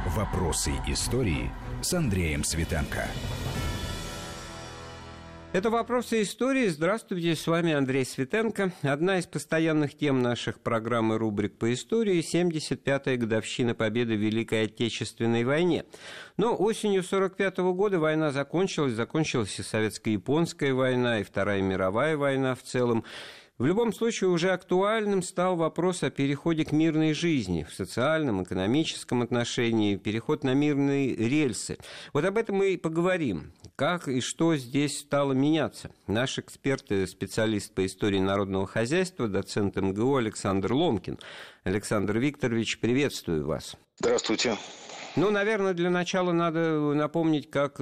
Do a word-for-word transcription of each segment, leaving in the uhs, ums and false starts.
Вопросы истории с Андреем Светенко. Это «Вопросы истории». Здравствуйте, с вами Андрей Светенко. Одна из постоянных тем наших программ и рубрик по истории – семьдесят пятая годовщина победы в Великой Отечественной войне. Но осенью сорок пятого года война закончилась, закончилась и Советско-японская война, и Вторая мировая война в целом. В любом случае уже актуальным стал вопрос о переходе к мирной жизни в социальном, экономическом отношении, переход на мирные рельсы. Вот об этом мы и поговорим. Как и что здесь стало меняться? Наш эксперт и специалист по истории народного хозяйства, доцент эм гэ у Александр Ломкин. Александр Викторович, приветствую вас. Здравствуйте. Ну, наверное, для начала надо напомнить, как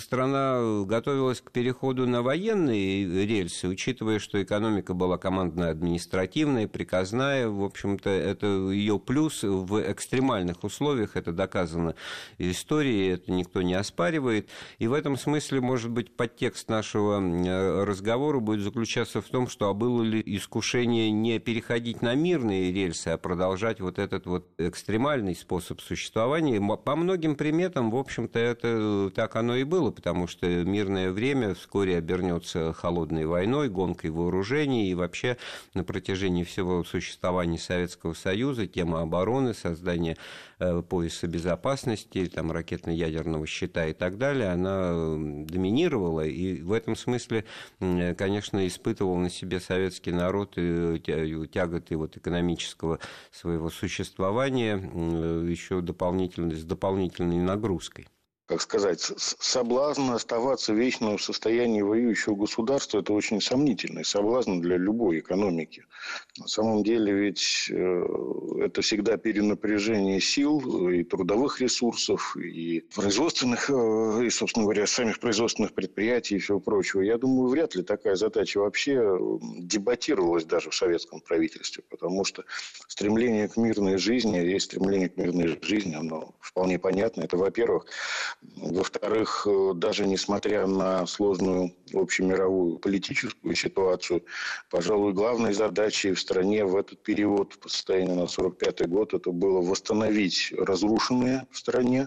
страна готовилась к переходу на военные рельсы, учитывая, что экономика была командно-административная, приказная. В общем-то, это ее плюс в экстремальных условиях, это доказано историей, это никто не оспаривает. И в этом смысле, может быть, подтекст нашего разговора будет заключаться в том, что а было ли искушение не переходить на мирные рельсы, а продолжать вот этот вот экстремальный способ существования. По многим приметам, в общем-то, это так оно и было, потому что мирное время вскоре обернется холодной войной, гонкой вооружений, и вообще на протяжении всего существования Советского Союза тема обороны, создания э, пояса безопасности, там, ракетно-ядерного щита и так далее, она доминировала, и в этом смысле, э, конечно, испытывал на себе советский народ и тяготы вот экономического своего существования, э, еще дополнительно с дополнительной нагрузкой. Как сказать, соблазн оставаться вечно в состоянии воюющего государства – это очень сомнительный соблазн для любой экономики. На самом деле ведь это всегда перенапряжение сил и трудовых ресурсов, и производственных, и, собственно говоря, самих производственных предприятий и всего прочего. Я думаю, вряд ли такая задача вообще дебатировалась даже в советском правительстве, потому что стремление к мирной жизни, есть стремление к мирной жизни, оно вполне понятно. Это, во-первых. Во-вторых, даже несмотря на сложную общемировую политическую ситуацию, пожалуй, главной задачей в стране в этот период, по состоянию на сорок пятый год, это было восстановить разрушенное в стране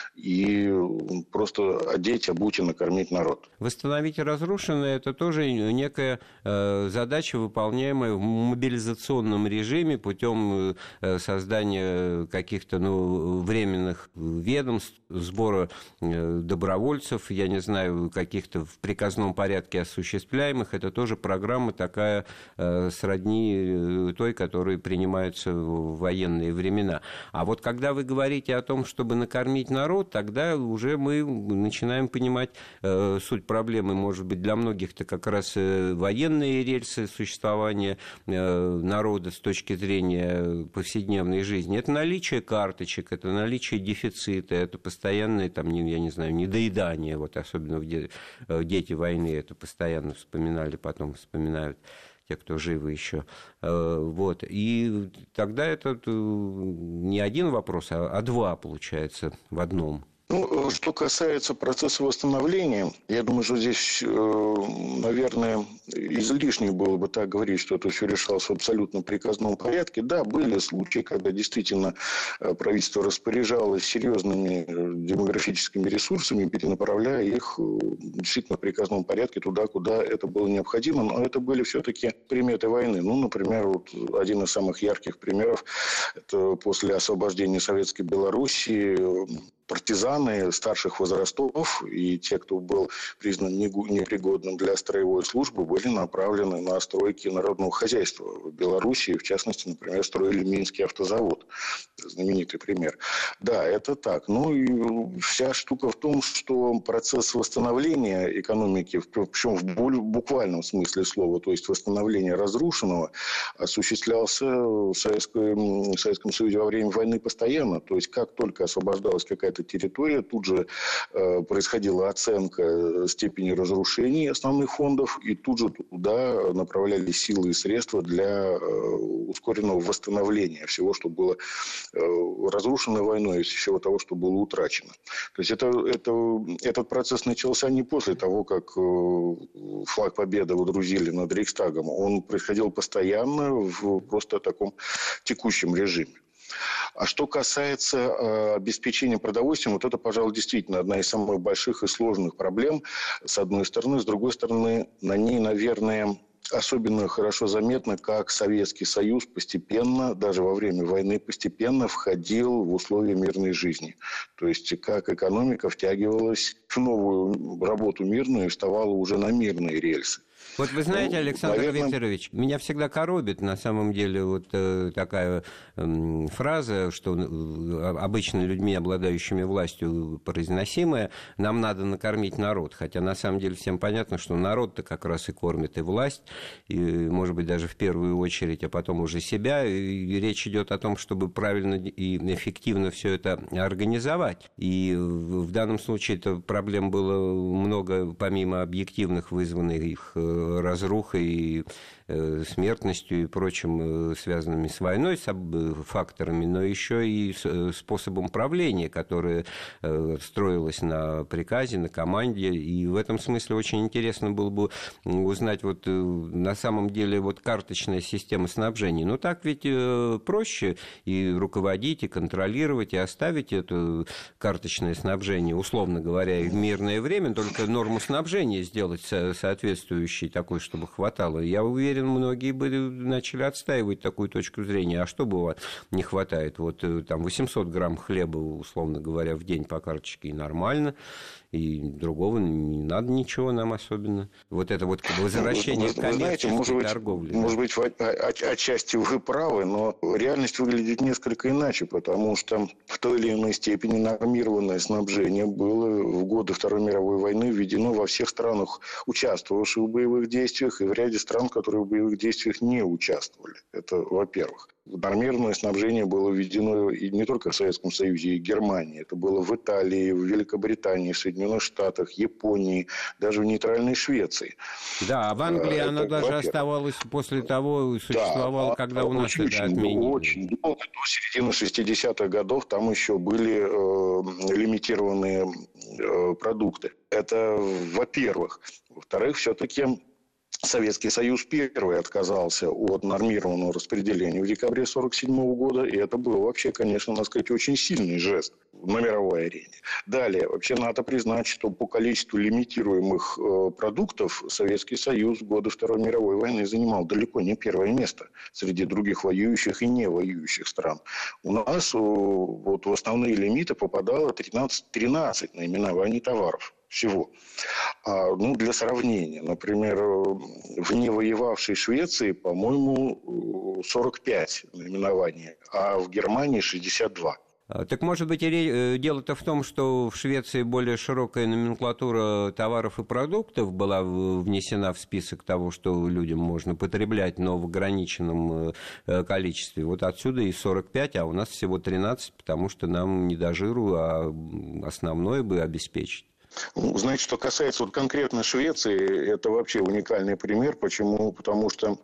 и просто одеть, обуть и накормить народ. Восстановить разрушенное – это тоже некая э, задача, выполняемая в мобилизационном режиме путем э, создания каких-то ну, временных ведомств, сбора добровольцев, я не знаю, каких-то в приказном порядке осуществляемых. Это тоже программа такая э, сродни той, которая принимается в военные времена. А вот когда вы говорите о том, чтобы накормить народ, тогда уже мы начинаем понимать э, суть проблемы. Может быть, для многих-то как раз э, военные рельсы существования э, народа с точки зрения повседневной жизни. Это наличие карточек, это наличие дефицита, это постоянное, там, я не знаю, недоедание, вот особенно в дети войны это постоянно вспоминали, потом вспоминают те, кто живы еще. Вот. И тогда это не один вопрос, а два, получается, в одном. Ну, что касается процесса восстановления, я думаю, что здесь, наверное, излишне было бы так говорить, что это все решалось в абсолютно приказном порядке. Да, были случаи, когда действительно правительство распоряжалось серьезными демографическими ресурсами, перенаправляя их действительно в приказном порядке туда, куда это было необходимо. Но это были все-таки приметы войны. Ну, например, вот один из самых ярких примеров – это после освобождения Советской Белоруссии партизаны старших возрастов и те, кто был признан непригодным для строевой службы, были направлены на стройки народного хозяйства в Белоруссии. В частности, например, строили Минский автозавод. Знаменитый пример. Да, это так. Ну и вся штука в том, что процесс восстановления экономики, причем в буквальном смысле слова, то есть восстановление разрушенного, осуществлялся в Советском, в Советском Союзе во время войны постоянно. То есть как только освобождалась какая-то территория, тут же э, происходила оценка степени разрушений основных фондов, и тут же туда направлялись силы и средства для э, ускоренного восстановления всего, что было э, разрушено войной, и всего того, что было утрачено. То есть это, это, этот процесс начался не после того, как э, флаг Победы водрузили над Рейхстагом. Он происходил постоянно в просто таком текущем режиме. А что касается э, обеспечения продовольствием, вот это, пожалуй, действительно одна из самых больших и сложных проблем, с одной стороны. С другой стороны, на ней, наверное, особенно хорошо заметно, как Советский Союз постепенно, даже во время войны, постепенно входил в условия мирной жизни. То есть, как экономика втягивалась в новую работу мирную и вставала уже на мирные рельсы. Вот вы знаете, Александр Наверное... Викторович, меня всегда коробит, на самом деле, вот э, такая э, фраза, что э, обычно людьми, обладающими властью, произносимая, нам надо накормить народ. Хотя, на самом деле, всем понятно, что народ-то как раз и кормит и власть, и, может быть, даже в первую очередь, а потом уже себя. И речь идет о том, чтобы правильно и эффективно все это организовать. И в данном случае это проблем было много, помимо объективных, вызванных их разрухой и э, смертностью и прочим, э, связанными с войной с, э, факторами, но еще и с, э, способом правления, которое э, строилось на приказе, на команде. И в этом смысле очень интересно было бы узнать вот, э, на самом деле вот карточная система снабжения. Но так ведь э, проще и руководить, и контролировать, и оставить это карточное снабжение, условно говоря, и в мирное время, только норму снабжения сделать со- соответствующей такой, чтобы хватало. Я уверен, многие бы начали отстаивать такую точку зрения. А что бывает, не хватает? Вот там восемьсот грамм хлеба, условно говоря, в день по карточке, и нормально. И другого не надо ничего нам особенно. Вот это вот возвращение вы, к коммерческой может быть, торговле. Может быть, отчасти вы правы, но реальность выглядит несколько иначе, потому что в той или иной степени нормированное снабжение было в годы Второй мировой войны введено во всех странах, участвовавших в боевых действиях, и в ряде стран, которые в боевых действиях не участвовали. Это во-первых. Нормированное снабжение было введено и не только в Советском Союзе, и в Германии. Это было в Италии, в Великобритании, в Соединенных Штатах, Японии, даже в нейтральной Швеции. Да, а в Англии это, оно даже во-первых. Оставалось после того, существовало, да, когда у нас это отменили. Очень долго, до середины шестидесятых годов там еще были э, лимитированные э, продукты. Это во-первых. Во-вторых, все-таки Советский Союз первый отказался от нормированного распределения в декабре тысяча девятьсот сорок седьмого года, и это был вообще, конечно, надо сказать, очень сильный жест на мировой арене. Далее, вообще надо признать, что по количеству лимитируемых э, продуктов Советский Союз в годы Второй мировой войны занимал далеко не первое место среди других воюющих и не воюющих стран. У нас э, вот в основные лимиты попадало тринадцать, тринадцать наименований товаров. Всего. А, ну, для сравнения, например, в невоевавшей Швеции, по-моему, сорок пять наименований, а в Германии шестьдесят два. Так, может быть, дело-то в том, что в Швеции более широкая номенклатура товаров и продуктов была внесена в список того, что людям можно потреблять, но в ограниченном количестве. Вот отсюда и сорок пять, а у нас всего тринадцать, потому что нам не до жиру, а основное бы обеспечить. Знаете, что касается вот конкретно Швеции, это вообще уникальный пример. Почему? Потому что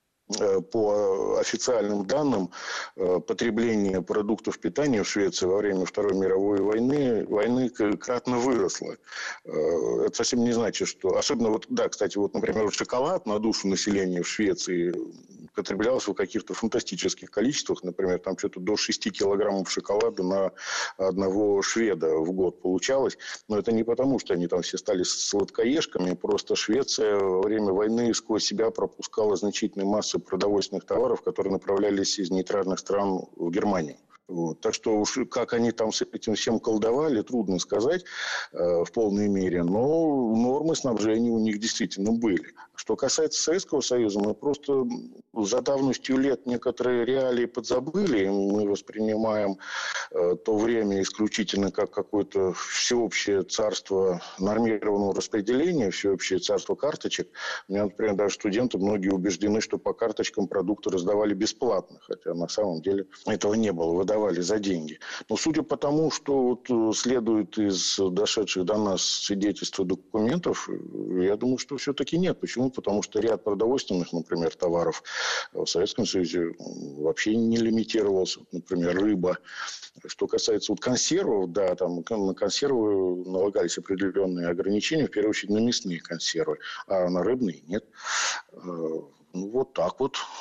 по официальным данным, потребление продуктов питания в Швеции во время Второй мировой войны, войны кратно выросло. Это совсем не значит, что... Особенно, вот, да, кстати, вот, например, шоколад на душу населения в Швеции потреблялся в каких-то фантастических количествах. Например, там что-то до шести килограммов шоколада на одного шведа в год получалось. Но это не потому, что они там все стали сладкоежками. Просто Швеция во время войны сквозь себя пропускала значительные массы продовольственных товаров, которые направлялись из нейтральных стран в Германию. Вот. Так что уж как они там с этим всем колдовали, трудно сказать э, в полной мере, но нормы снабжения у них действительно были. Что касается Советского Союза, мы просто за давностью лет некоторые реалии подзабыли, мы воспринимаем э, то время исключительно как какое-то всеобщее царство нормированного распределения, всеобщее царство карточек. У меня, например, даже студенты многие убеждены, что по карточкам продукты раздавали бесплатно, хотя на самом деле этого не было, выдавали за деньги. Но судя по тому, что вот следует из дошедших до нас свидетельств и документов, я думаю, что все-таки нет. Почему? Потому что ряд продовольственных, например, товаров в Советском Союзе вообще не лимитировался. Например, рыба. Что касается вот консервов, да, там на консервы налагались определенные ограничения, в первую очередь на мясные консервы, а на рыбные нет. Вот так вот.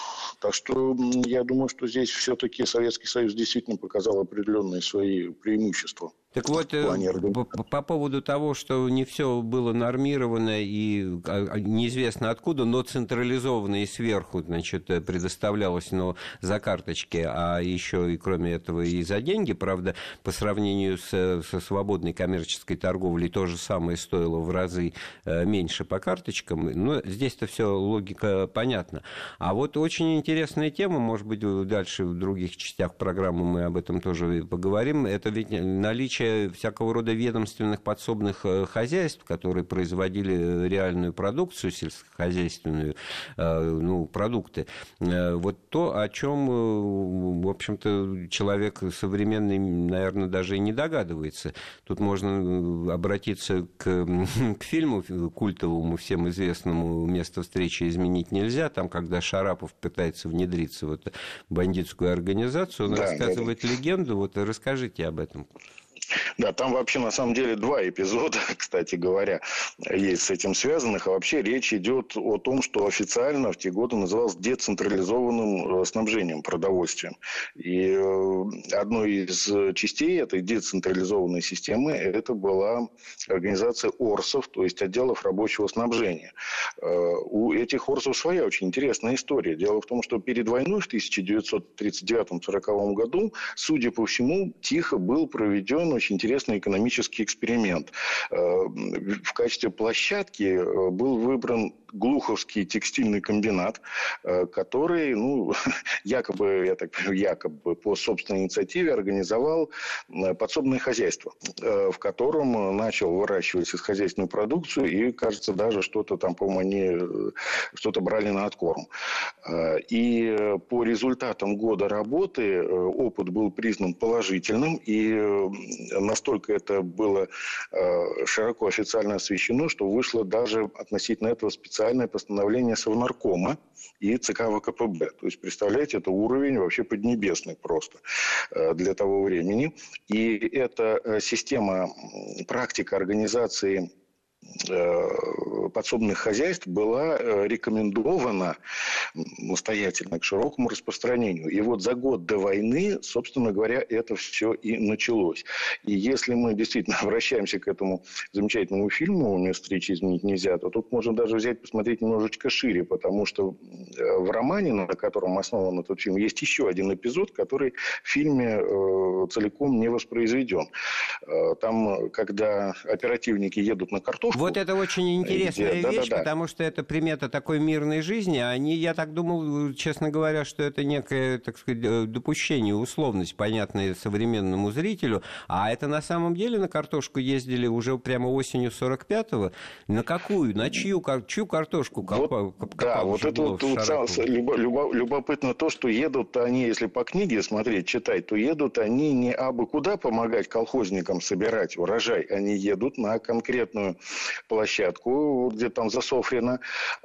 Так что я думаю, что здесь все-таки Советский Союз действительно показал определенные свои преимущества. Так вот, по, по поводу того, что не все было нормировано и неизвестно откуда, но централизованно и сверху, значит, предоставлялось, но за карточки, а еще и кроме этого и за деньги, правда, по сравнению с, со свободной коммерческой торговлей то же самое стоило в разы меньше по карточкам, но здесь-то все логика понятна. А вот очень интересная тема, может быть, дальше в других частях программы мы об этом тоже поговорим, это ведь наличие всякого рода ведомственных подсобных хозяйств, которые производили реальную продукцию сельскохозяйственную, ну, продукты. Вот то, о чем, в общем-то, человек современный, наверное, даже и не догадывается. Тут можно обратиться к, к фильму культовому, всем известному «Место встречи изменить нельзя», там, когда Шарапов пытается внедриться в эту бандитскую организацию, он да, рассказывает да, да. легенду. Вот расскажите об этом. Да, там вообще на самом деле два эпизода, кстати говоря, есть с этим связанных. А вообще речь идет о том, что официально в те годы называлось децентрализованным снабжением продовольствием. И одной из частей этой децентрализованной системы это была организация ОРСов, то есть отделов рабочего снабжения. У этих ОРСов своя очень интересная история. Дело в том, что перед войной в тысяча девятьсот тридцать девятом — сороковом году, судя по всему, тихо был проведен очень интересный экономический эксперимент. В качестве площадки был выбран Глуховский текстильный комбинат, который, ну, якобы, я так понимаю, якобы по собственной инициативе организовал подсобное хозяйство, в котором начал выращивать сельскохозяйственную продукцию и, кажется, даже что-то там, по-моему, они что-то брали на откорм. И по результатам года работы опыт был признан положительным, и настолько это было широко официально освещено, что вышло даже относительно этого специальное постановление Совнаркома и ЦК ВКПБ. То есть, представляете, это уровень вообще поднебесный просто для того времени. И эта система, практика организации подсобных хозяйств была рекомендована настоятельно к широкому распространению. И вот за год до войны, собственно говоря, это все и началось. И если мы действительно обращаемся к этому замечательному фильму «Место встречи изменить нельзя», то тут можно даже взять, посмотреть немножечко шире, потому что в романе, на котором основан этот фильм, есть еще один эпизод, который в фильме целиком не воспроизведен. Там, когда оперативники едут на картошку. Вот это очень интересная где, вещь, да, да, да. потому что это примета такой мирной жизни. Они, я так думал, честно говоря, что это некое, так сказать, допущение, условность, понятная современному зрителю. А это на самом деле на картошку ездили уже прямо осенью сорок пятого. На какую? На чью, чью картошку копал? Вот, да, вот это вот, вот любо, любо, любопытно то, что едут они, если по книге смотреть, читать, то едут они не абы куда помогать колхозникам собирать урожай. Они едут на конкретную площадку, где там Засофрино,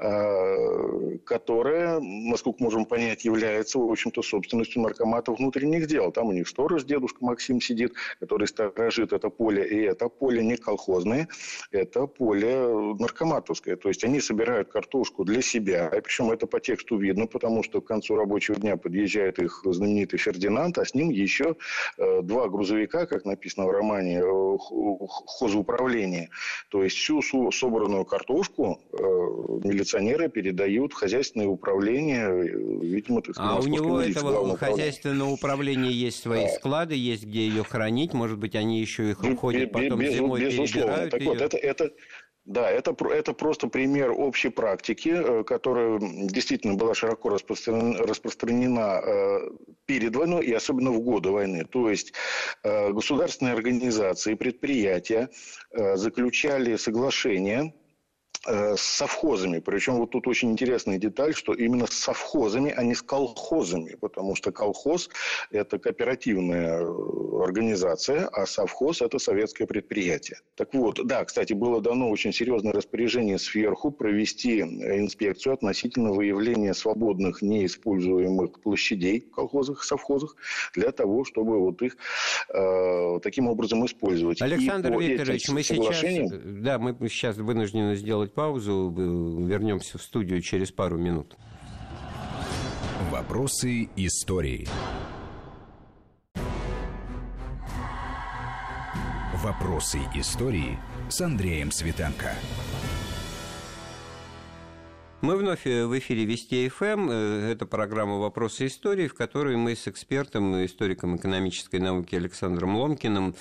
которая, насколько можем понять, является, в общем-то, собственностью наркомата внутренних дел. Там у них сторож, дедушка Максим, сидит, который сторожит это поле. И это поле не колхозное, это поле наркоматовское. То есть они собирают картошку для себя. И причем это по тексту видно, потому что к концу рабочего дня подъезжает их знаменитый Фердинанд, а с ним еще два грузовика, как написано в романе, хозуправления. То есть всю собранную картошку э, милиционеры передают в хозяйственное управление, видимо, так сказать, а у него этого хозяйственного управления есть свои а... склады, есть где ее хранить, может быть, они еще их уходят потом без, зимой перебирают так ее. Вот, это, это... Да, это, это просто пример общей практики, которая действительно была широко распространена, распространена перед войной и особенно в годы войны. То есть государственные организации, предприятия заключали соглашения с совхозами. Причем вот тут очень интересная деталь, что именно с совхозами, а не с колхозами. Потому что колхоз – это кооперативная организация, а совхоз – это советское предприятие. Так вот, да, кстати, было дано очень серьезное распоряжение сверху провести инспекцию относительно выявления свободных неиспользуемых площадей в колхозах, совхозах, для того, чтобы вот их э, таким образом использовать. Александр Викторович, мы сейчас, да, мы сейчас вынуждены сделать паузу, вернемся в студию через пару минут. Вопросы истории. Вопросы истории с Андреем Светенко. Мы вновь в эфире Вести эф эм. Это программа «Вопросы истории», в которой мы с экспертом, историком экономической науки Александром Ломкиным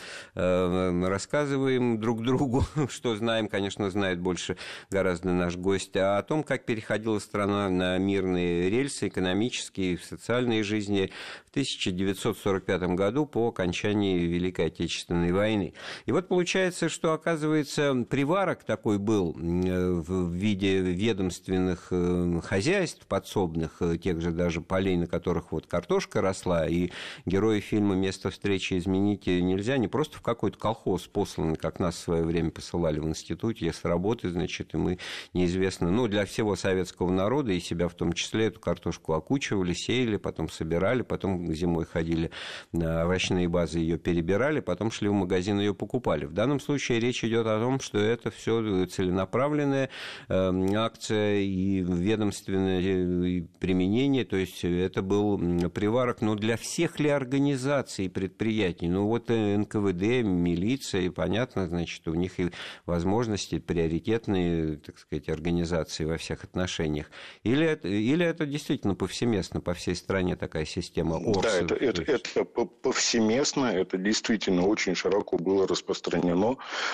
рассказываем друг другу, что знаем, конечно, знает больше гораздо наш гость, а о том, как переходила страна на мирные рельсы экономические, в социальной жизни в тысяча девятьсот сорок пятом году по окончании Великой Отечественной войны. И вот получается, что, оказывается, приварок такой был в виде ведомственных хозяйств подсобных, тех же даже полей, на которых вот картошка росла, и герои фильма «Место встречи изменить нельзя», не просто в какой-то колхоз посланы, как нас в свое время посылали в институте с работы, значит, и мы неизвестно, ну, для всего советского народа, и себя в том числе, эту картошку окучивали, сеяли, потом собирали, потом зимой ходили на овощные базы, ее перебирали, потом шли в магазин, ее покупали. В данном случае речь идет о том, что это все целенаправленная э, акция и ведомственное применение, то есть это был приварок, но для всех ли организаций и предприятий? Ну вот эн ка вэ дэ, милиция, и понятно, значит, у них и возможности приоритетные, так сказать, организации во всех отношениях. Или это, или это действительно повсеместно по всей стране такая система ОРС? Да, это, это, это повсеместно, это действительно очень широко было распространено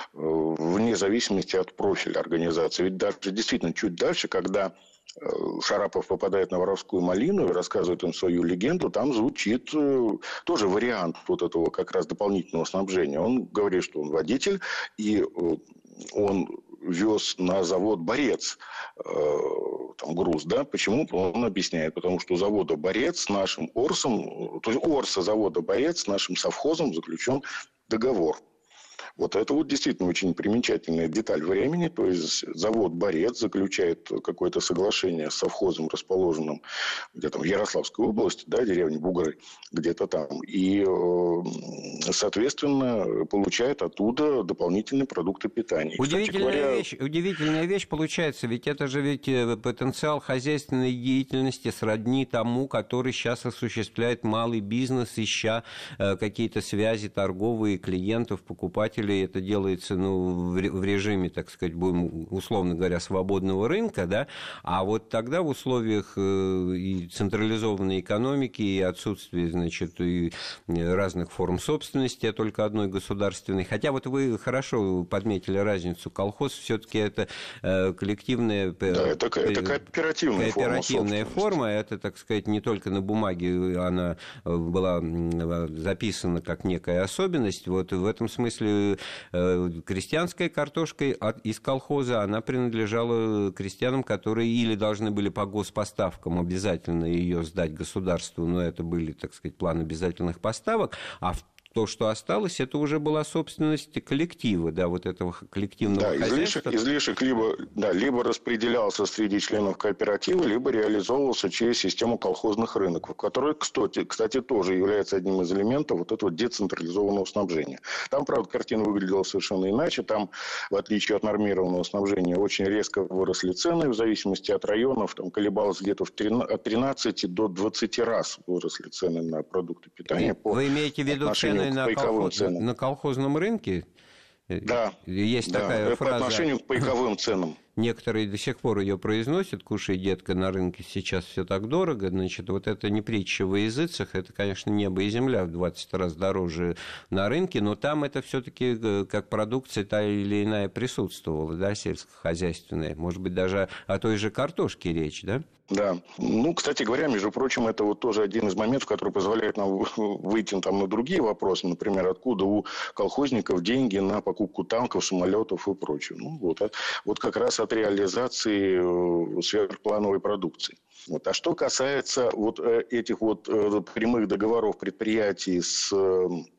вне зависимости от профиля организации. Ведь даже действительно чуть дальше, когда Шарапов попадает на воровскую малину и рассказывает им свою легенду, там звучит тоже вариант вот этого как раз дополнительного снабжения. Он говорит, что он водитель, и он вез на завод «Борец» там, груз, да, почему? Он объясняет, потому что у завода «Борец» с нашим ОРСом, то есть ОРСа завода «Борец» с нашим совхозом заключен договор. Вот это вот действительно очень примечательная деталь времени. То есть завод «Борец» заключает какое-то соглашение с совхозом, расположенным где-то в Ярославской области, да, деревне Бугры, где-то там. И, соответственно, получает оттуда дополнительные продукты питания. Удивительная, говоря... вещь, удивительная вещь получается. Ведь это же ведь потенциал хозяйственной деятельности сродни тому, который сейчас осуществляет малый бизнес, ища какие-то связи торговые, клиентов, покупателей. Это делается, ну, в режиме, так сказать, будем, условно говоря, свободного рынка, да, а вот тогда в условиях и централизованной экономики, и отсутствия, значит, и разных форм собственности, а только одной государственной, хотя вот вы хорошо подметили разницу, колхоз все-таки это коллективная... Да, это, это кооперативная, кооперативная форма, форма, это, так сказать, не только на бумаге она была записана как некая особенность, вот в этом смысле крестьянская картошка из колхоза, она принадлежала крестьянам, которые или должны были по господставкам обязательно ее сдать государству, но это были, так сказать, план обязательных поставок, а в то, что осталось, это уже была собственность коллектива, да, вот этого коллективного да, хозяйства. Излишек, излишек либо, да, либо распределялся среди членов кооператива, либо реализовывался через систему колхозных рынков, которая, кстати, кстати, тоже является одним из элементов вот этого децентрализованного снабжения. Там, правда, картина выглядела совершенно иначе. Там, в отличие от нормированного снабжения, очень резко выросли цены в зависимости от районов. Там колебалось где-то от тринадцати до двадцати раз выросли цены на продукты питания. Вы, вы имеете в виду цены на, колхоз, на колхозном рынке? Да. Есть да. такая По фраза. По отношению к пайковым ценам. Некоторые до сих пор ее произносят, кушай, детка, на рынке сейчас все так дорого, значит, вот это не притча во языцах, это, конечно, небо и земля в двадцать раз дороже на рынке, но там это все-таки как продукция та или иная присутствовала, да, сельскохозяйственная, может быть, даже о той же картошке речь, да? Да. Ну, кстати говоря, между прочим, это вот тоже один из моментов, который позволяет нам выйти там на другие вопросы. Например, откуда у колхозников деньги на покупку танков, самолетов и прочего. Ну, вот, вот как раз от реализации сверхплановой продукции. Вот. А что касается вот этих вот прямых договоров предприятий с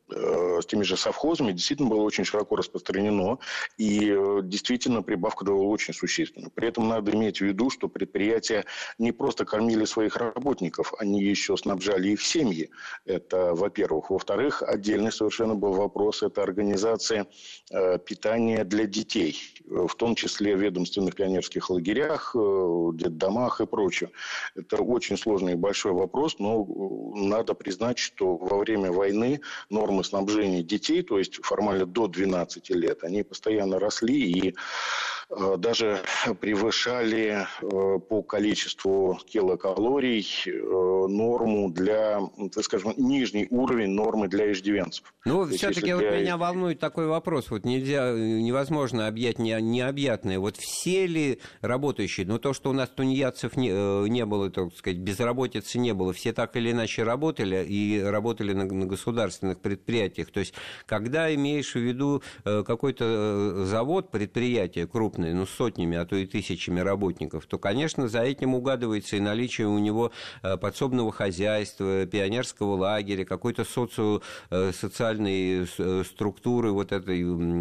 с теми же совхозами действительно было очень широко распространено, и действительно прибавка давала очень существенную. При этом надо иметь в виду, что предприятия не просто кормили своих работников, они еще снабжали их семьи. Это, во-первых. Во-вторых, отдельный совершенно был вопрос, это организация питания для детей, в том числе в ведомственных пионерских лагерях, детдомах и прочее. Это очень сложный и большой вопрос, но надо признать, что во время войны нормы снабжения детей, то есть формально до двенадцати лет, они постоянно росли и э, даже превышали э, по количеству килокалорий э, норму для, так скажем, нижний уровень нормы для иждивенцев. Ну, все-таки вот для... меня волнует такой вопрос. Вот нельзя, невозможно объять не, необъятное. Вот все ли работающие, ну, то, что у нас тунеядцев не, не было, так сказать, безработицы не было, все так или иначе работали и работали на, на государственных предприятиях. То есть, когда имеешь в виду какой-то завод, предприятие крупное, ну, с сотнями, а то и тысячами работников, то, конечно, за этим угадывается и наличие у него подсобного хозяйства, пионерского лагеря, какой-то социо, социальной структуры вот этой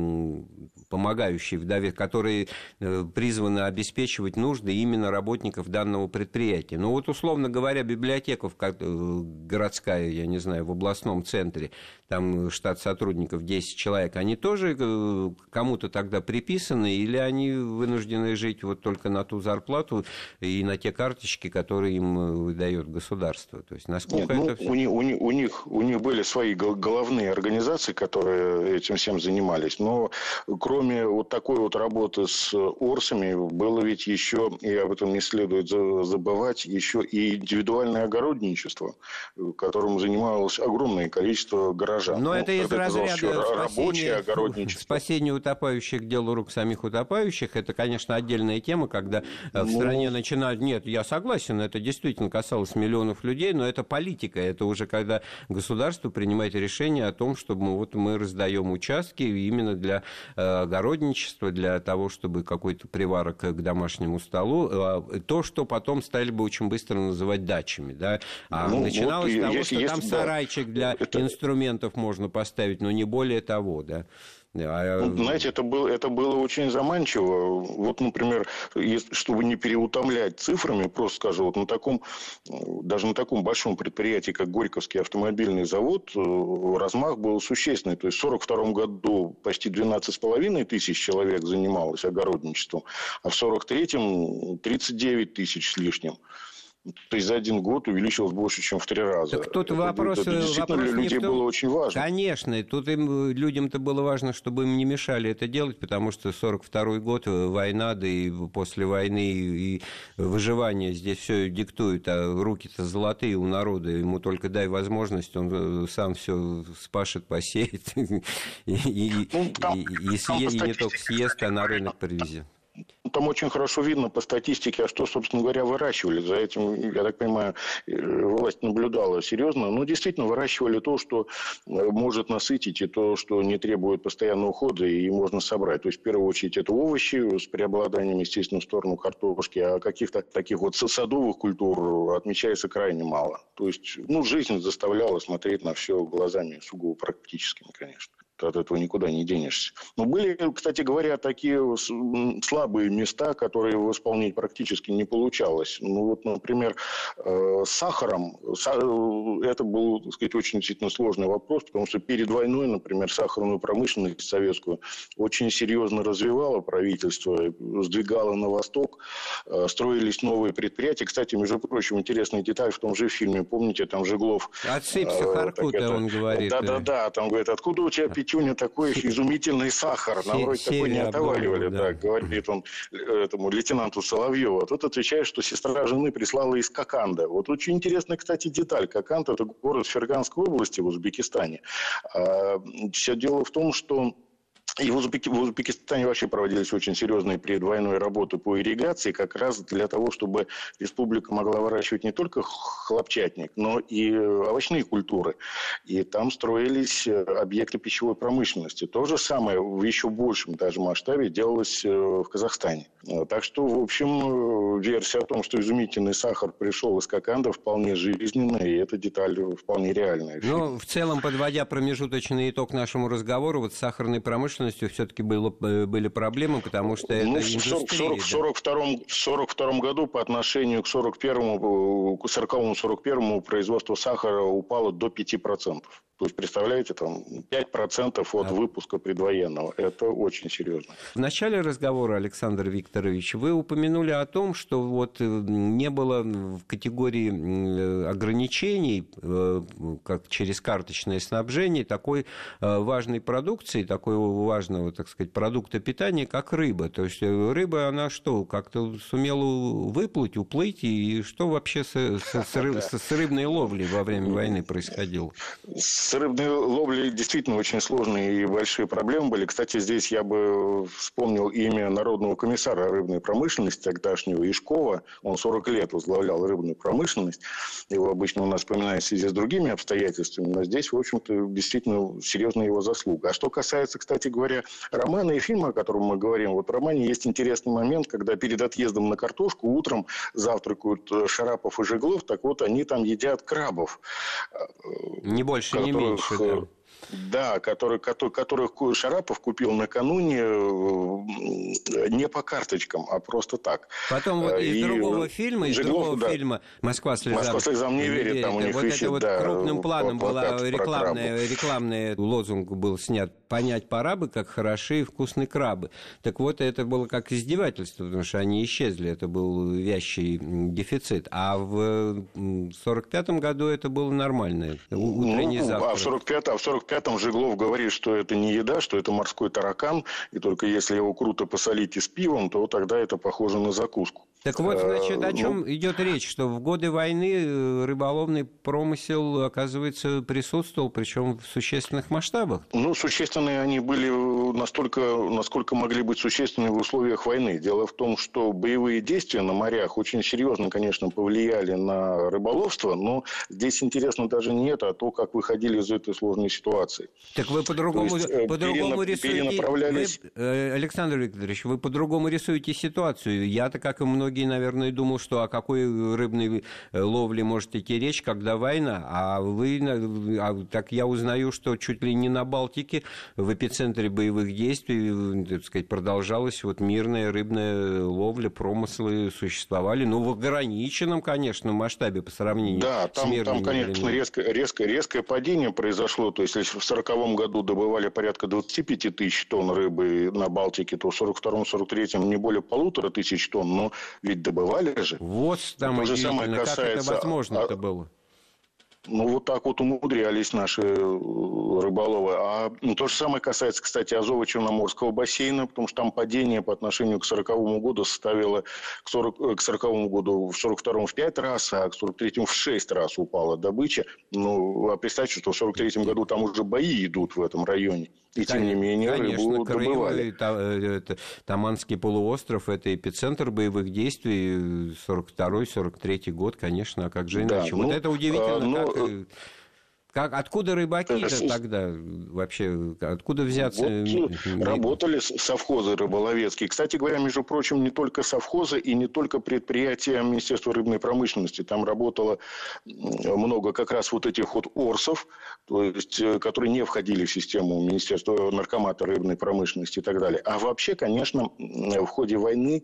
помогающей вдове, которые призваны обеспечивать нужды именно работников данного предприятия. Ну, вот, условно говоря, библиотека городская, я не знаю, в областном центре, там штат сотрудников десять человек, они тоже кому-то тогда приписаны, или они вынуждены жить вот только на ту зарплату и на те карточки, которые им выдает государство? То есть, насколько Нет, это ну, у, них, у, них, у, них, у них были свои головные организации, которые этим всем занимались, но кроме вот такой вот работы с орсами, было ведь еще, и об этом не следует забывать, еще и индивидуальное огородничество, которым занималось огромное количество горожан. Но ну, это из разряда рабочее огородничество. Спасение утопающих к делу рук самих утопающих. Это, конечно, отдельная тема, когда в ну... стране начинают... Нет, я согласен, это действительно касалось миллионов людей, но это политика. Это уже когда государство принимает решение о том, чтобы мы, вот, мы раздаем участки именно для огородничества, для того, чтобы какой-то приварок к домашнему столу. То, что потом стали бы очень быстро называть дачами. Да? А ну, начиналось вот, с того, если, что если, там да, сарайчик для это... инструментов можно поставить, но не более того, да. Ну, знаете, это было, это было очень заманчиво. Вот, например, если, чтобы не переутомлять цифрами, просто скажу, вот на таком, даже на таком большом предприятии, как Горьковский автомобильный завод, размах был существенный. То есть в сорок втором году почти двенадцать с половиной тысяч человек занималось огородничеством, а в сорок третьем тридцать девять тысяч с лишним. То есть за один год увеличилось больше, чем в три раза. Так тут это, вопрос, это действительно вопрос для людей том... было очень важно. Конечно, тут им, людям-то было важно, чтобы им не мешали это делать, потому что сорок второй год, война, да и после войны и выживание здесь все диктует, а руки-то золотые у народа, ему только дай возможность, он сам все спашет, посеет и не только съест, а на рынок привезет. Там очень хорошо видно по статистике, а что, собственно говоря, выращивали. За этим, я так понимаю, власть наблюдала серьезно. Но действительно выращивали то, что может насытить, и то, что не требует постоянного ухода, и можно собрать. То есть, в первую очередь, это овощи с преобладанием, естественно, в сторону картошки. А каких-то таких вот садовых культур отмечается крайне мало. То есть, ну, жизнь заставляла смотреть на все глазами сугубо практическими, конечно. От этого никуда не денешься. Но были, кстати говоря, такие слабые места, которые восполнить практически не получалось. Ну, вот, например, с сахаром. Это был, так сказать, очень действительно сложный вопрос, потому что перед войной, например, сахарную промышленность советскую очень серьезно развивало правительство, сдвигало на восток, строились новые предприятия. Кстати, между прочим, интересная деталь в том же фильме, помните, там Жеглов... Отсыпь сахарку-то, это... он говорит. Да-да-да, там говорит, откуда у тебя Петюня такой изумительный сахар, нам вроде такой не отоваривали, да. Да, говорит он этому лейтенанту Соловьеву. Тот отвечает, что сестра жены прислала из Коканда. Вот очень интересная, кстати, деталь. Коканд – это город в Ферганской области в Узбекистане. А, все дело в том, что И в Узбекистане вообще проводились очень серьезные предвойной работы по ирригации, как раз для того, чтобы республика могла выращивать не только хлопчатник, но и овощные культуры. И там строились объекты пищевой промышленности. То же самое в еще большем даже масштабе делалось в Казахстане. Так что, в общем, версия о том, что изумительный сахар пришел из коканда, вполне жизненная, и эта деталь вполне реальная. Ну, в целом, подводя промежуточный итог нашему разговору, вот с сахарной промышленностью все-таки было, были проблемы, потому что это ну, индустрия. В сорок втором году по отношению к сорок первому, к сороковому сорок первому производство сахара упало до пяти процентов. То есть, представляете, там пять процентов от а... выпуска предвоенного. Это очень серьезно. В начале разговора, Александр Викторович, вы упомянули о том, что вот не было в категории ограничений, как через карточное снабжение, такой важной продукции, такой важного, так сказать, продукта питания, как рыба. То есть, рыба, она что, как-то сумела выплыть, уплыть? И что вообще с, с, с, с рыбной ловлей во время войны происходило? С рыбной ловлей действительно очень сложные и большие проблемы были. Кстати, здесь я бы вспомнил имя народного комиссара рыбной промышленности тогдашнего Ишкова. Он сорок лет возглавлял рыбную промышленность. Его обычно у нас вспоминают в связи с другими обстоятельствами. Но здесь, в общем-то, действительно серьезная его заслуга. А что касается, кстати говоря, романа и фильма, о котором мы говорим. Вот в романе есть интересный момент, когда перед отъездом на картошку утром завтракают Шарапов и Жеглов. Так вот, они там едят крабов. Не больше, не меньше, да. Да, который, который, которых Шарапов купил накануне не по карточкам, а просто так. Потом вот из и другого фильма, из Жеглов, другого да. фильма «Москва слезам, Москва слезам не верит», там у них вот висит, это вот да, крупным планом была рекламная, рекламный лозунг был снят: «Понять пора бы, как хороши и вкусны крабы». Так вот, это было как издевательство, потому что они исчезли, это был вящий дефицит. А в сорок пятом году это было нормально, утренний ну, завтрак. А в сорок пятом, в сорок пятом Жеглов говорит, что это не еда, что это морской таракан, и только если его круто посолить и с пивом, то тогда это похоже на закуску. Так вот, значит, о чем ну, идет речь, что в годы войны рыболовный промысел, оказывается, присутствовал, причем в существенных масштабах. Ну, существенные они были настолько, насколько могли быть существенны в условиях войны. Дело в том, что боевые действия на морях очень серьезно, конечно, повлияли на рыболовство, но здесь интересно даже не это, а то, как выходили из этой сложной ситуации. Так вы по-другому, есть, по-другому перена, рисуете... Вы, Александр Викторович, вы по-другому рисуете ситуацию. Я-то, как и многие, наверное, думал, что о какой рыбной ловле может идти речь, когда война. А вы, а, так я узнаю, что чуть ли не на Балтике, в эпицентре боевых действий, так сказать, продолжалась вот мирная рыбная ловля, промыслы существовали, ну, в ограниченном, конечно, масштабе по сравнению да, там, с мирными. Да, там, конечно, резко, резко, резкое падение произошло. То есть, если в сороковом году добывали порядка двадцать пять тысяч тонн рыбы на Балтике, то в сорок втором сорок третьем не более полутора тысяч тонн, но ведь добывали же. Вот там удивительно, касается... как это возможно-то было? Ну, вот так вот умудрялись наши рыболовы. А ну, то же самое касается, кстати, Азово-Черноморского бассейна, потому что там падение по отношению к сороковому году составило к, сорок, к сороковому году в сорок втором в пять раз, а к сорок третьему в шесть раз упала добыча. Ну, а представьте, что в сорок третьем году там уже бои идут в этом районе. И тем не менее рыбу добывали. Конечно, Таманский полуостров – это эпицентр боевых действий, сорок второй сорок третий год, конечно, а как же иначе? Да, вот ну, это удивительно, а, но... как... Как, откуда рыбаки-то тогда вообще? Откуда взяться? Вот работали совхозы рыболовецкие. Кстати говоря, между прочим, не только совхозы и не только предприятия Министерства рыбной промышленности. Там работало много как раз вот этих вот орсов, то есть, которые не входили в систему Министерства наркомата рыбной промышленности и так далее. А вообще, конечно, в ходе войны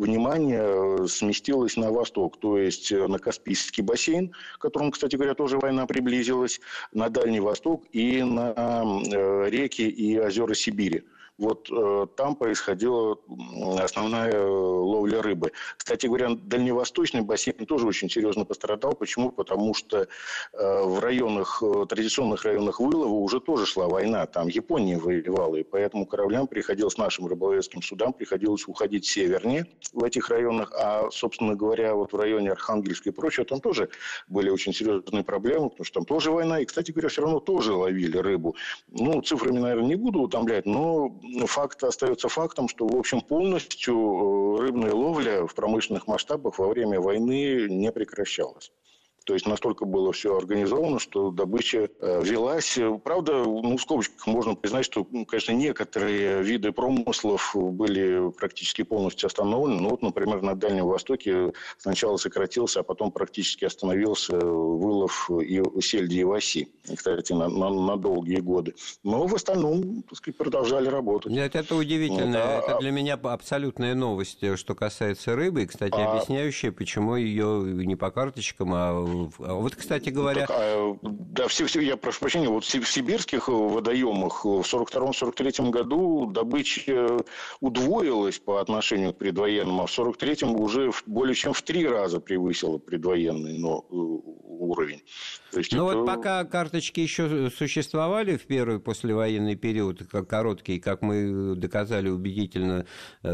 внимание сместилось на восток, то есть на Каспийский бассейн, к которому, кстати говоря, тоже война приблизилась, на Дальний Восток и на э, реки и озера Сибири. Вот э, там происходила основная э, ловля рыбы. Кстати говоря, дальневосточный бассейн тоже очень серьезно пострадал. Почему? Потому что э, в районах, э, традиционных районах вылова уже тоже шла война. Там Япония воевала, и поэтому кораблям приходилось, нашим рыболовецким судам приходилось уходить севернее в этих районах. А, собственно говоря, вот в районе Архангельска и прочего, там тоже были очень серьезные проблемы, потому что там тоже война. И, кстати говоря, все равно тоже ловили рыбу. Ну, цифрами, наверное, не буду утомлять, но факт остается фактом, что, в общем, полностью рыбная ловля в промышленных масштабах во время войны не прекращалась. То есть настолько было все организовано, что добыча велась. Правда, ну, в скобочках можно признать, что, конечно, некоторые виды промыслов были практически полностью остановлены. Ну, вот, например, на Дальнем Востоке сначала сократился, а потом практически остановился вылов и сельди и васи, кстати, на, на, на долгие годы. Но в остальном, так сказать, продолжали работать. Нет, это удивительно. Вот, а... Это для меня абсолютная новость, что касается рыбы. И, кстати, а... объясняющая, почему ее не по карточкам, а вот, кстати говоря... Так, а, да, все, все, я прошу прощения, вот в сибирских водоемах в сорок втором — сорок третьем году добыча удвоилась по отношению к предвоенному, а в сорок третьем уже более чем в три раза превысила предвоенный но, уровень. То есть ну это... вот пока карточки еще существовали в первый послевоенный период, как короткий, как мы доказали убедительно,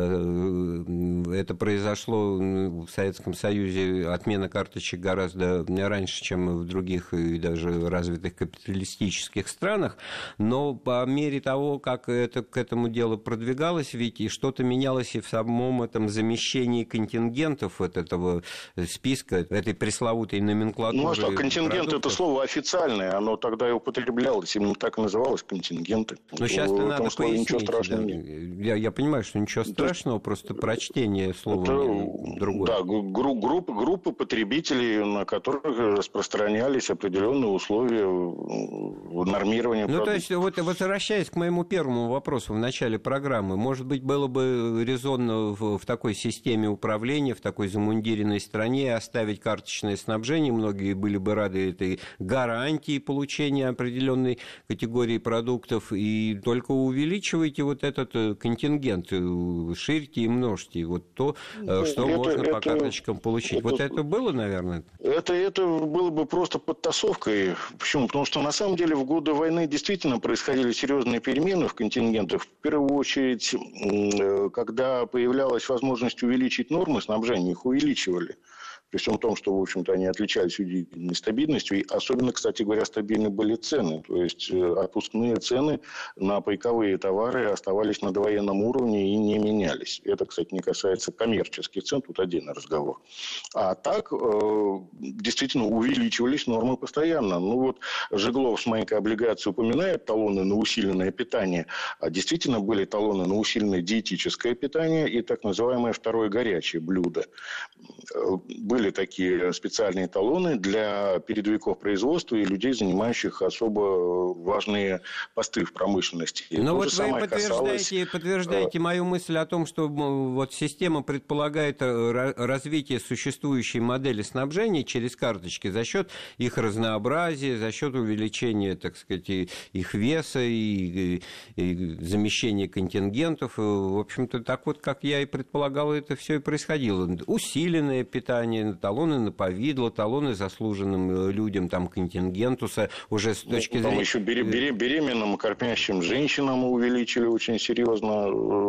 это произошло в Советском Союзе, отмена карточек гораздо раньше, чем в других и даже развитых капиталистических странах, но по мере того, как это, к этому делу продвигалось, ведь и что-то менялось и в самом этом замещении контингентов от этого списка, этой пресловутой номенклатуры. Ну а что, контингент продуктов. Это слово официальное, оно тогда и употреблялось, именно так и называлось, контингенты. Ну сейчас-то надо пояснить. Ничего страшного да. нет. Я, я понимаю, что ничего страшного, это, просто прочтение слова это, другое. Да, гру- группы, группы потребителей, на которых распространялись определенные условия нормирования ну, продуктов. то есть, вот возвращаясь к моему первому вопросу в начале программы, может быть, было бы резонно в, в такой системе управления, в такой замундиренной стране оставить карточное снабжение, многие были бы рады этой гарантии получения определенной категории продуктов, и только увеличивайте вот этот контингент, ширьте и множьте вот то, ну, что это, можно это, по карточкам получить. Это, вот это было, наверное? Это, это было бы просто подтасовкой. Почему? Потому что на самом деле в годы войны действительно происходили серьезные перемены в контингентах. В первую очередь, когда появлялась возможность увеличить нормы снабжения, их увеличивали. При всем том, что, в общем-то, они отличались удивительной стабильностью. И особенно, кстати говоря, стабильны были цены. То есть, отпускные цены на пайковые товары оставались на довоенном уровне и не менялись. Это, кстати, не касается коммерческих цен, тут отдельный разговор. А так, действительно, увеличивались нормы постоянно. Ну вот, Жеглов с маленькой облигацией упоминает талоны на усиленное питание. А действительно были талоны на усиленное диетическое питание и так называемое второе горячее блюдо. Были такие специальные талоны для передовиков производства и людей, занимающих особо важные посты в промышленности. Ну вот вы подтверждаете, касалось... подтверждаете мою мысль о том, что вот система предполагает развитие существующей модели снабжения через карточки за счет их разнообразия, за счет увеличения, так сказать, их веса и, и замещения контингентов. В общем-то, так вот, как я и предполагал, это все и происходило. Усиленное питание, талоны на повидло, талоны заслуженным людям, там, контингентуса, уже с точки ну, зрения... еще беременным и кормящим женщинам увеличили очень серьезно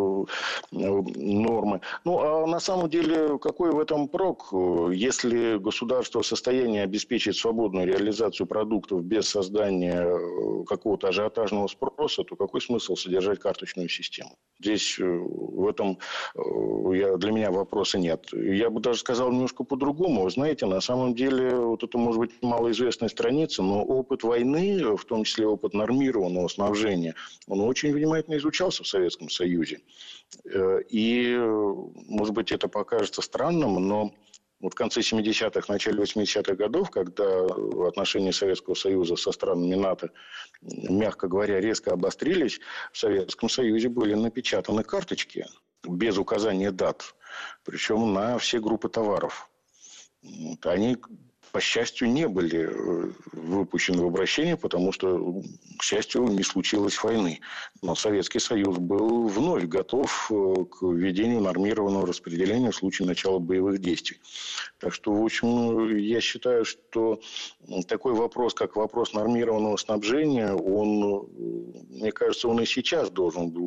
нормы. Ну, а на самом деле, какой в этом прок? Если государство в состоянии обеспечить свободную реализацию продуктов без создания какого-то ажиотажного спроса, то какой смысл содержать карточную систему? Здесь в этом для меня вопроса нет. Я бы даже сказал немножко по-другому. Вы знаете, на самом деле, вот это может быть малоизвестная страница, но опыт войны, в том числе опыт нормированного снабжения, он очень внимательно изучался в Советском Союзе. И, может быть, это покажется странным, но вот в конце семидесятых, начале восьмидесятых годов, когда отношения Советского Союза со странами НАТО, мягко говоря, резко обострились, в Советском Союзе были напечатаны карточки без указания дат, причем на все группы товаров. Они, по счастью, не были выпущены в обращение, потому что, к счастью, не случилось войны. Но Советский Союз был вновь готов к введению нормированного распределения в случае начала боевых действий. Так что, в общем, я считаю, что такой вопрос, как вопрос нормированного снабжения, он, мне кажется, он и сейчас должен был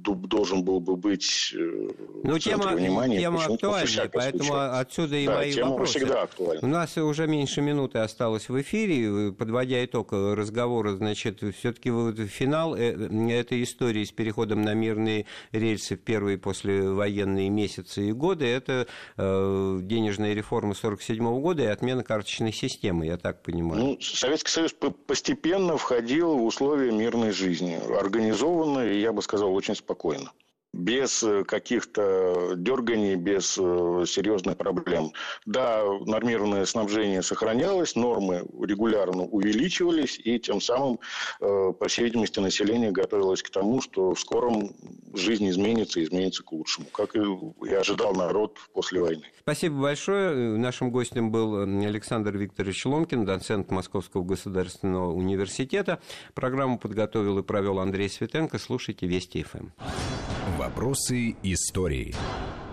должен был бы быть ну, в центре тема, внимания. Тема актуальная, поэтому случае. Отсюда и да, мои тема вопросы. Всегда актуальна. У нас уже меньше минуты осталось в эфире. Подводя итог разговора, значит, все-таки финал этой истории с переходом на мирные рельсы в первые послевоенные месяцы и годы — это денежная реформа сорок седьмого года и отмена карточной системы, я так понимаю. Ну, Советский Союз постепенно входил в условия мирной жизни, организованно и, я бы сказал, очень спокойно. Без каких-то дерганий, без серьезных проблем. Да, нормированное снабжение сохранялось, нормы регулярно увеличивались, и тем самым, по всей видимости, население готовилось к тому, что в скором жизнь изменится, изменится к лучшему, как и ожидал народ после войны. Спасибо большое. Нашим гостем был Александр Викторович Ломкин, доцент Московского государственного университета. Программу подготовил и провел Андрей Светенко. Слушайте Вести эф эм. Вопросы истории.